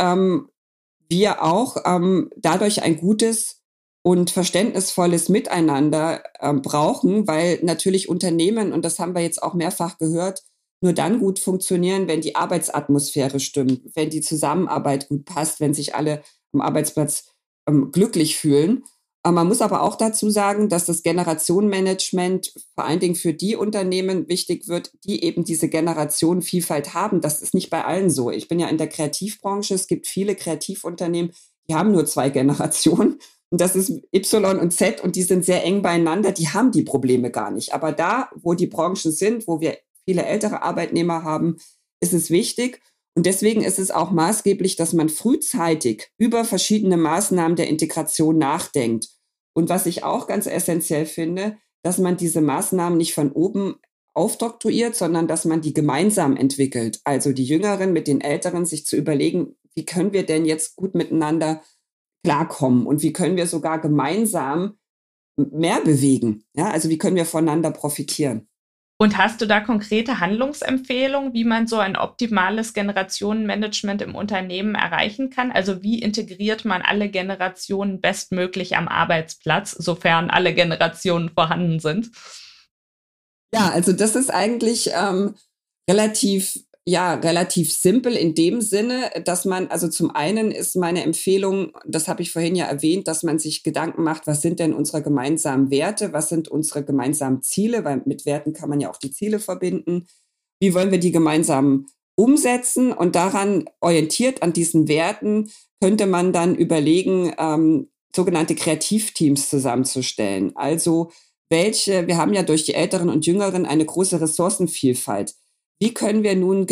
wir auch dadurch ein gutes und verständnisvolles Miteinander brauchen, weil natürlich Unternehmen, und das haben wir jetzt auch mehrfach gehört, nur dann gut funktionieren, wenn die Arbeitsatmosphäre stimmt, wenn die Zusammenarbeit gut passt, wenn sich alle am Arbeitsplatz glücklich fühlen. Man muss aber auch dazu sagen, dass das Generationenmanagement vor allen Dingen für die Unternehmen wichtig wird, die eben diese Generationenvielfalt haben. Das ist nicht bei allen so. Ich bin ja in der Kreativbranche. Es gibt viele Kreativunternehmen, die haben nur 2 Generationen. Und das ist Y und Z und die sind sehr eng beieinander. Die haben die Probleme gar nicht. Aber da, wo die Branchen sind, wo wir viele ältere Arbeitnehmer haben, ist es wichtig. Und deswegen ist es auch maßgeblich, dass man frühzeitig über verschiedene Maßnahmen der Integration nachdenkt. Und was ich auch ganz essentiell finde, dass man diese Maßnahmen nicht von oben aufdoktroyiert, sondern dass man die gemeinsam entwickelt. Also die Jüngeren mit den Älteren sich zu überlegen, wie können wir denn jetzt gut miteinander klarkommen und wie können wir sogar gemeinsam mehr bewegen? Ja, also wie können wir voneinander profitieren? Und hast du da konkrete Handlungsempfehlungen, wie man so ein optimales Generationenmanagement im Unternehmen erreichen kann? Also wie integriert man alle Generationen bestmöglich am Arbeitsplatz, sofern alle Generationen vorhanden sind? Ja, also das ist eigentlich relativ, ja, relativ simpel in dem Sinne, dass man, also zum einen ist meine Empfehlung, das habe ich vorhin ja erwähnt, dass man sich Gedanken macht, was sind denn unsere gemeinsamen Werte, was sind unsere gemeinsamen Ziele, weil mit Werten kann man ja auch die Ziele verbinden. Wie wollen wir die gemeinsam umsetzen? Und daran orientiert an diesen Werten könnte man dann überlegen, sogenannte Kreativteams zusammenzustellen. Also wir haben ja durch die Älteren und Jüngeren eine große Ressourcenvielfalt. Wie können wir nun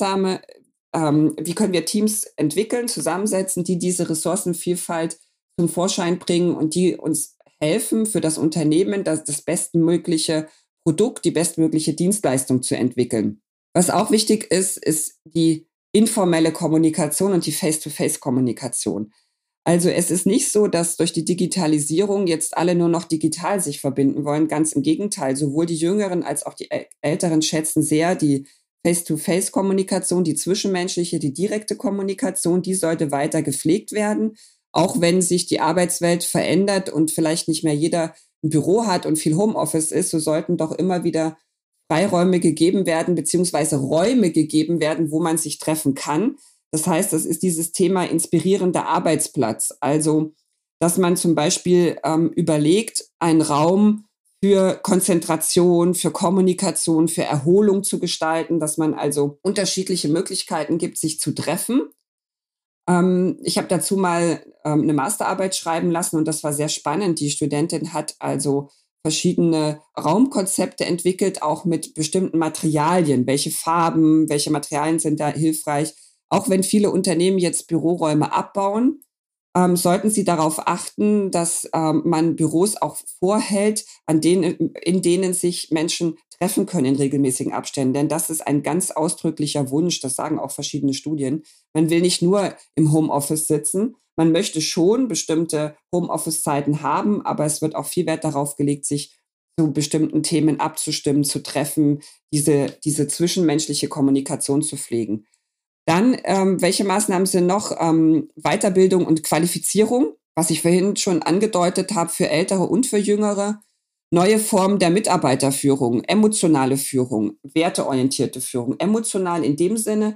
wie können wir Teams entwickeln, zusammensetzen, die diese Ressourcenvielfalt zum Vorschein bringen und die uns helfen, für das Unternehmen das bestmögliche Produkt, die bestmögliche Dienstleistung zu entwickeln. Was auch wichtig ist, ist die informelle Kommunikation und die Face-to-Face-Kommunikation. Also es ist nicht so, dass durch die Digitalisierung jetzt alle nur noch digital sich verbinden wollen. Ganz im Gegenteil, sowohl die Jüngeren als auch die Älteren schätzen sehr die Face-to-Face-Kommunikation, die zwischenmenschliche, die direkte Kommunikation, die sollte weiter gepflegt werden. Auch wenn sich die Arbeitswelt verändert und vielleicht nicht mehr jeder ein Büro hat und viel Homeoffice ist, so sollten doch immer wieder Freiräume gegeben werden, beziehungsweise Räume gegeben werden, wo man sich treffen kann. Das heißt, das ist dieses Thema inspirierender Arbeitsplatz. Also, dass man zum Beispiel überlegt, einen Raum für Konzentration, für Kommunikation, für Erholung zu gestalten, dass man also unterschiedliche Möglichkeiten gibt, sich zu treffen. Ich habe dazu mal eine Masterarbeit schreiben lassen und das war sehr spannend. Die Studentin hat also verschiedene Raumkonzepte entwickelt, auch mit bestimmten Materialien. Welche Farben, welche Materialien sind da hilfreich? Auch wenn viele Unternehmen jetzt Büroräume abbauen, sollten sie darauf achten, dass man Büros auch vorhält, in denen sich Menschen treffen können in regelmäßigen Abständen. Denn das ist ein ganz ausdrücklicher Wunsch, das sagen auch verschiedene Studien. Man will nicht nur im Homeoffice sitzen, man möchte schon bestimmte Homeoffice-Zeiten haben, aber es wird auch viel Wert darauf gelegt, sich zu bestimmten Themen abzustimmen, zu treffen, diese zwischenmenschliche Kommunikation zu pflegen. Dann, welche Maßnahmen sind noch? Weiterbildung und Qualifizierung, was ich vorhin schon angedeutet habe, für Ältere und für Jüngere. Neue Formen der Mitarbeiterführung, emotionale Führung, werteorientierte Führung. Emotional in dem Sinne,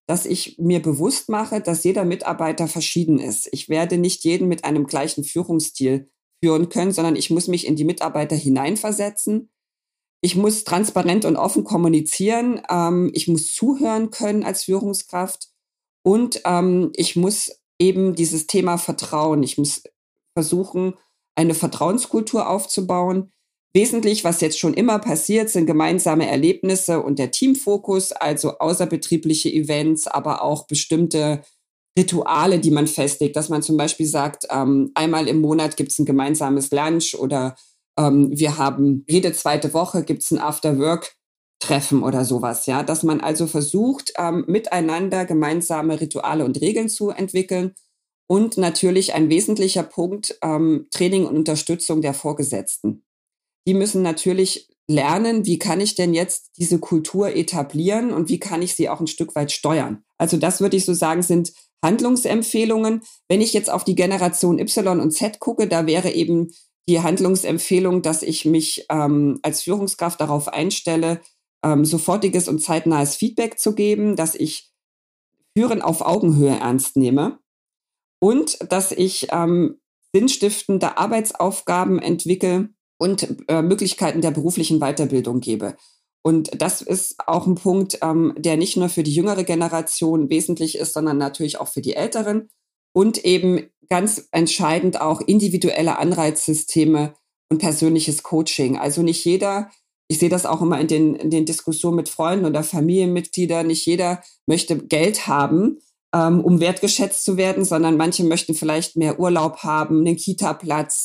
dass ich mir bewusst mache, dass jeder Mitarbeiter verschieden ist. Ich werde nicht jeden mit einem gleichen Führungsstil führen können, sondern ich muss mich in die Mitarbeiter hineinversetzen. Ich muss transparent und offen kommunizieren. Ich muss zuhören können als Führungskraft. Und ich muss eben dieses Thema Vertrauen. Ich muss versuchen, eine Vertrauenskultur aufzubauen. Wesentlich, was jetzt schon immer passiert, sind gemeinsame Erlebnisse und der Teamfokus, also außerbetriebliche Events, aber auch bestimmte Rituale, die man festlegt, dass man zum Beispiel sagt, einmal im Monat gibt es ein gemeinsames Lunch oder wir haben jede zweite Woche gibt es ein After-Work-Treffen oder sowas, ja, dass man also versucht, miteinander gemeinsame Rituale und Regeln zu entwickeln und natürlich ein wesentlicher Punkt, Training und Unterstützung der Vorgesetzten. Die müssen natürlich lernen, wie kann ich denn jetzt diese Kultur etablieren und wie kann ich sie auch ein Stück weit steuern. Also das würde ich so sagen, sind Handlungsempfehlungen. Wenn ich jetzt auf die Generation Y und Z gucke, da wäre eben die Handlungsempfehlung, dass ich mich als Führungskraft darauf einstelle, sofortiges und zeitnahes Feedback zu geben, dass ich Führen auf Augenhöhe ernst nehme und dass ich sinnstiftende Arbeitsaufgaben entwickle und Möglichkeiten der beruflichen Weiterbildung gebe. Und das ist auch ein Punkt, der nicht nur für die jüngere Generation wesentlich ist, sondern natürlich auch für die Älteren. Und eben ganz entscheidend auch individuelle Anreizsysteme und persönliches Coaching. Also nicht jeder, ich sehe das auch immer in den Diskussionen mit Freunden oder Familienmitgliedern, nicht jeder möchte Geld haben, um wertgeschätzt zu werden, sondern manche möchten vielleicht mehr Urlaub haben, einen Kita-Platz.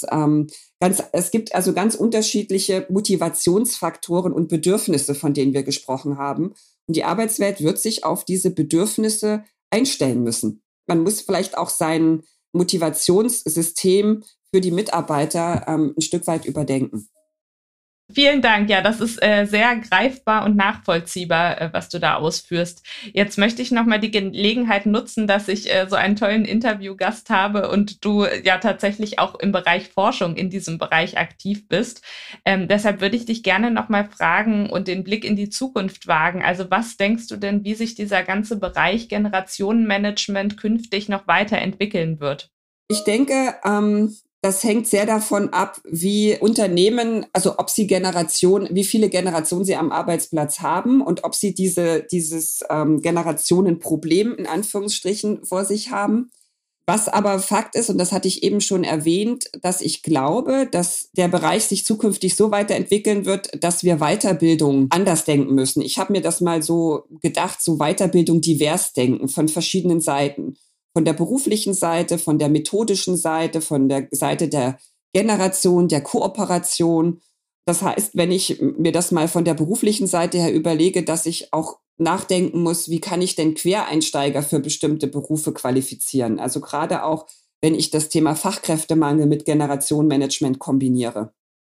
Es gibt also ganz unterschiedliche Motivationsfaktoren und Bedürfnisse, von denen wir gesprochen haben. Und die Arbeitswelt wird sich auf diese Bedürfnisse einstellen müssen. Man muss vielleicht auch sein Motivationssystem für die Mitarbeiter ein Stück weit überdenken. Vielen Dank. Ja, das ist sehr greifbar und nachvollziehbar, was du da ausführst. Jetzt möchte ich nochmal die Gelegenheit nutzen, dass ich so einen tollen Interviewgast habe und du ja tatsächlich auch im Bereich Forschung in diesem Bereich aktiv bist. Deshalb würde ich dich gerne nochmal fragen und den Blick in die Zukunft wagen. Also was denkst du denn, wie sich dieser ganze Bereich Generationenmanagement künftig noch weiterentwickeln wird? Ich denke, das hängt sehr davon ab, wie Unternehmen, also ob sie wie viele Generationen sie am Arbeitsplatz haben und ob sie dieses Generationenproblem in Anführungsstrichen vor sich haben. Was aber Fakt ist, und das hatte ich eben schon erwähnt, dass ich glaube, dass der Bereich sich zukünftig so weiterentwickeln wird, dass wir Weiterbildung anders denken müssen. Ich habe mir das mal so gedacht, so Weiterbildung divers denken von verschiedenen Seiten. Von der beruflichen Seite, von der methodischen Seite, von der Seite der Generation, der Kooperation. Das heißt, wenn ich mir das mal von der beruflichen Seite her überlege, dass ich auch nachdenken muss, wie kann ich denn Quereinsteiger für bestimmte Berufe qualifizieren? Also gerade auch, wenn ich das Thema Fachkräftemangel mit Generationenmanagement kombiniere.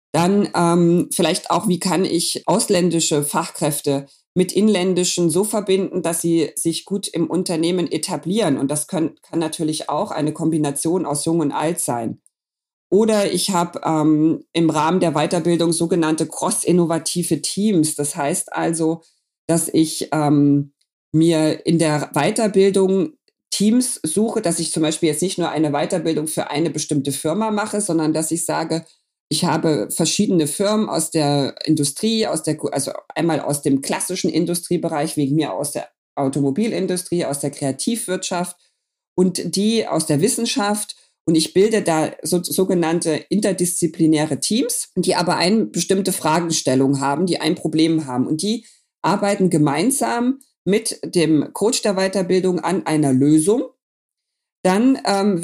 Dann vielleicht auch, wie kann ich ausländische Fachkräfte mit inländischen so verbinden, dass sie sich gut im Unternehmen etablieren. Und das kann natürlich auch eine Kombination aus Jung und Alt sein. Oder ich habe im Rahmen der Weiterbildung sogenannte cross-innovative Teams. Das heißt also, dass ich mir in der Weiterbildung Teams suche, dass ich zum Beispiel jetzt nicht nur eine Weiterbildung für eine bestimmte Firma mache, sondern dass ich sage, ich habe verschiedene Firmen aus der Industrie, also einmal aus dem klassischen Industriebereich, wegen mir aus der Automobilindustrie, aus der Kreativwirtschaft und die aus der Wissenschaft. Und ich bilde da sogenannte interdisziplinäre Teams, die aber eine bestimmte Fragestellung haben, die ein Problem haben. Und die arbeiten gemeinsam mit dem Coach der Weiterbildung an einer Lösung. Dann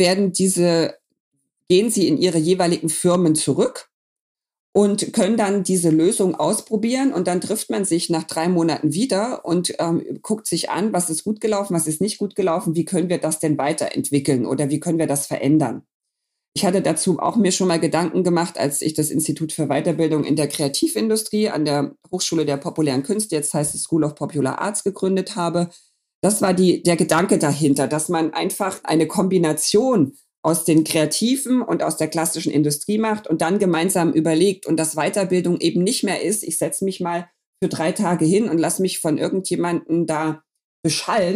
gehen sie in ihre jeweiligen Firmen zurück und können dann diese Lösung ausprobieren. Und dann trifft man sich nach 3 Monaten wieder und guckt sich an, was ist gut gelaufen, was ist nicht gut gelaufen, wie können wir das denn weiterentwickeln oder wie können wir das verändern. Ich hatte dazu auch mir schon mal Gedanken gemacht, als ich das Institut für Weiterbildung in der Kreativindustrie an der Hochschule der populären Künste, jetzt heißt es School of Popular Arts, gegründet habe. Das war der Gedanke dahinter, dass man einfach eine Kombination aus den Kreativen und aus der klassischen Industrie macht und dann gemeinsam überlegt und dass Weiterbildung eben nicht mehr ist, ich setze mich mal für 3 Tage hin und lasse mich von irgendjemandem da beschallen,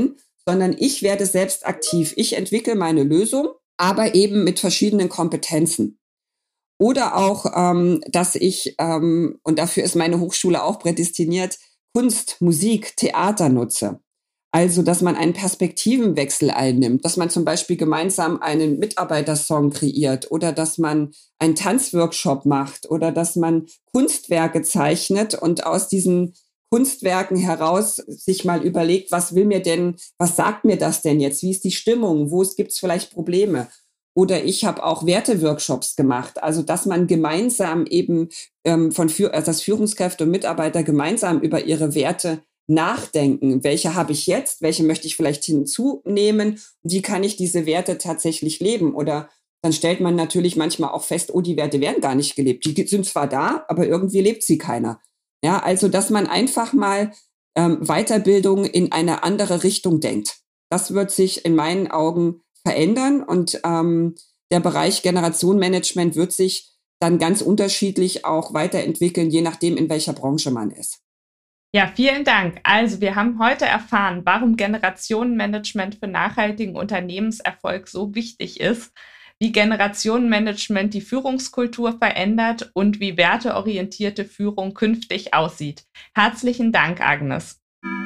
sondern ich werde selbst aktiv. Ich entwickle meine Lösung, aber eben mit verschiedenen Kompetenzen. Oder auch, dass ich, und dafür ist meine Hochschule auch prädestiniert, Kunst, Musik, Theater nutze. Also, dass man einen Perspektivenwechsel einnimmt, dass man zum Beispiel gemeinsam einen Mitarbeitersong kreiert oder dass man einen Tanzworkshop macht oder dass man Kunstwerke zeichnet und aus diesen Kunstwerken heraus sich mal überlegt, was sagt mir das denn jetzt? Wie ist die Stimmung? Wo gibt es vielleicht Probleme? Oder ich habe auch Werteworkshops gemacht, also dass man gemeinsam eben dass Führungskräfte und Mitarbeiter gemeinsam über ihre Werte nachdenken. Welche habe ich jetzt? Welche möchte ich vielleicht hinzunehmen? Wie kann ich diese Werte tatsächlich leben? Oder dann stellt man natürlich manchmal auch fest, oh, die Werte werden gar nicht gelebt. Die sind zwar da, aber irgendwie lebt sie keiner. Ja, also dass man einfach mal Weiterbildung in eine andere Richtung denkt. Das wird sich in meinen Augen verändern und der Bereich Generationenmanagement wird sich dann ganz unterschiedlich auch weiterentwickeln, je nachdem, in welcher Branche man ist. Ja, vielen Dank. Also wir haben heute erfahren, warum Generationenmanagement für nachhaltigen Unternehmenserfolg so wichtig ist, wie Generationenmanagement die Führungskultur verändert und wie werteorientierte Führung künftig aussieht. Herzlichen Dank, Agnes.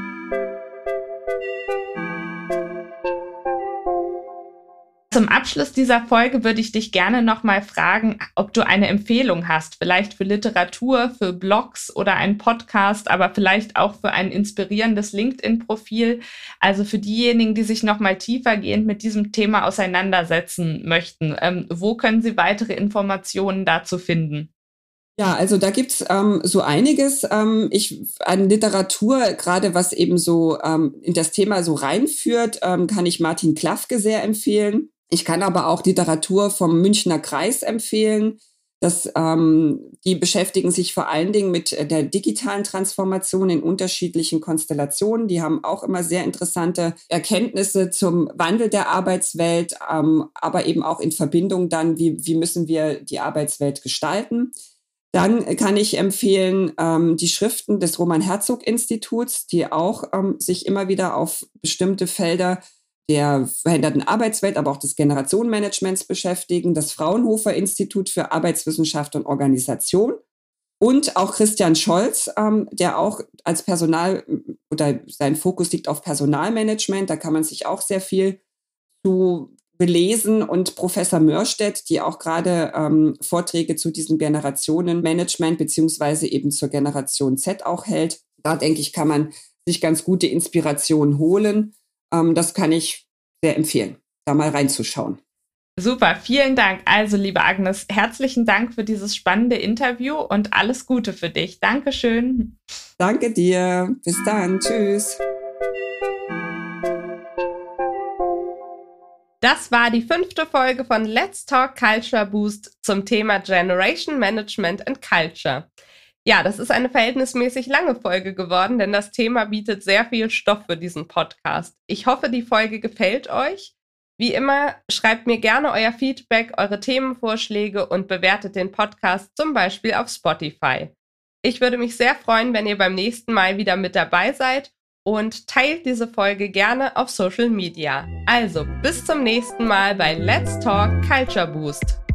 Zum Abschluss dieser Folge würde ich dich gerne nochmal fragen, ob du eine Empfehlung hast, vielleicht für Literatur, für Blogs oder einen Podcast, aber vielleicht auch für ein inspirierendes LinkedIn-Profil, also für diejenigen, die sich nochmal tiefergehend mit diesem Thema auseinandersetzen möchten. Wo können sie weitere Informationen dazu finden? Ja, also da gibt's so einiges an Literatur, gerade was eben so in das Thema so reinführt, kann ich Martin Klafke sehr empfehlen. Ich kann aber auch Literatur vom Münchner Kreis empfehlen. Die beschäftigen sich vor allen Dingen mit der digitalen Transformation in unterschiedlichen Konstellationen. Die haben auch immer sehr interessante Erkenntnisse zum Wandel der Arbeitswelt, aber eben auch in Verbindung dann, wie müssen wir die Arbeitswelt gestalten. Dann kann ich empfehlen die Schriften des Roman-Herzog-Instituts, die auch sich immer wieder auf bestimmte Felder der veränderten Arbeitswelt, aber auch des Generationenmanagements beschäftigen. Das Fraunhofer-Institut für Arbeitswissenschaft und Organisation und auch Christian Scholz, der auch als sein Fokus liegt auf Personalmanagement. Da kann man sich auch sehr viel zu belesen und Professor Mörstedt, die auch gerade Vorträge zu diesem Generationenmanagement beziehungsweise eben zur Generation Z auch hält. Da denke ich, kann man sich ganz gute Inspirationen holen. Das kann ich sehr empfehlen, da mal reinzuschauen. Super, vielen Dank. Also, liebe Agnes, herzlichen Dank für dieses spannende Interview und alles Gute für dich. Dankeschön. Danke dir. Bis dann. Tschüss. Das war die 5. Folge von Let's Talk Culture Boost zum Thema Generation Management and Culture. Ja, das ist eine verhältnismäßig lange Folge geworden, denn das Thema bietet sehr viel Stoff für diesen Podcast. Ich hoffe, die Folge gefällt euch. Wie immer, schreibt mir gerne euer Feedback, eure Themenvorschläge und bewertet den Podcast zum Beispiel auf Spotify. Ich würde mich sehr freuen, wenn ihr beim nächsten Mal wieder mit dabei seid und teilt diese Folge gerne auf Social Media. Also, bis zum nächsten Mal bei Let's Talk Culture Boost.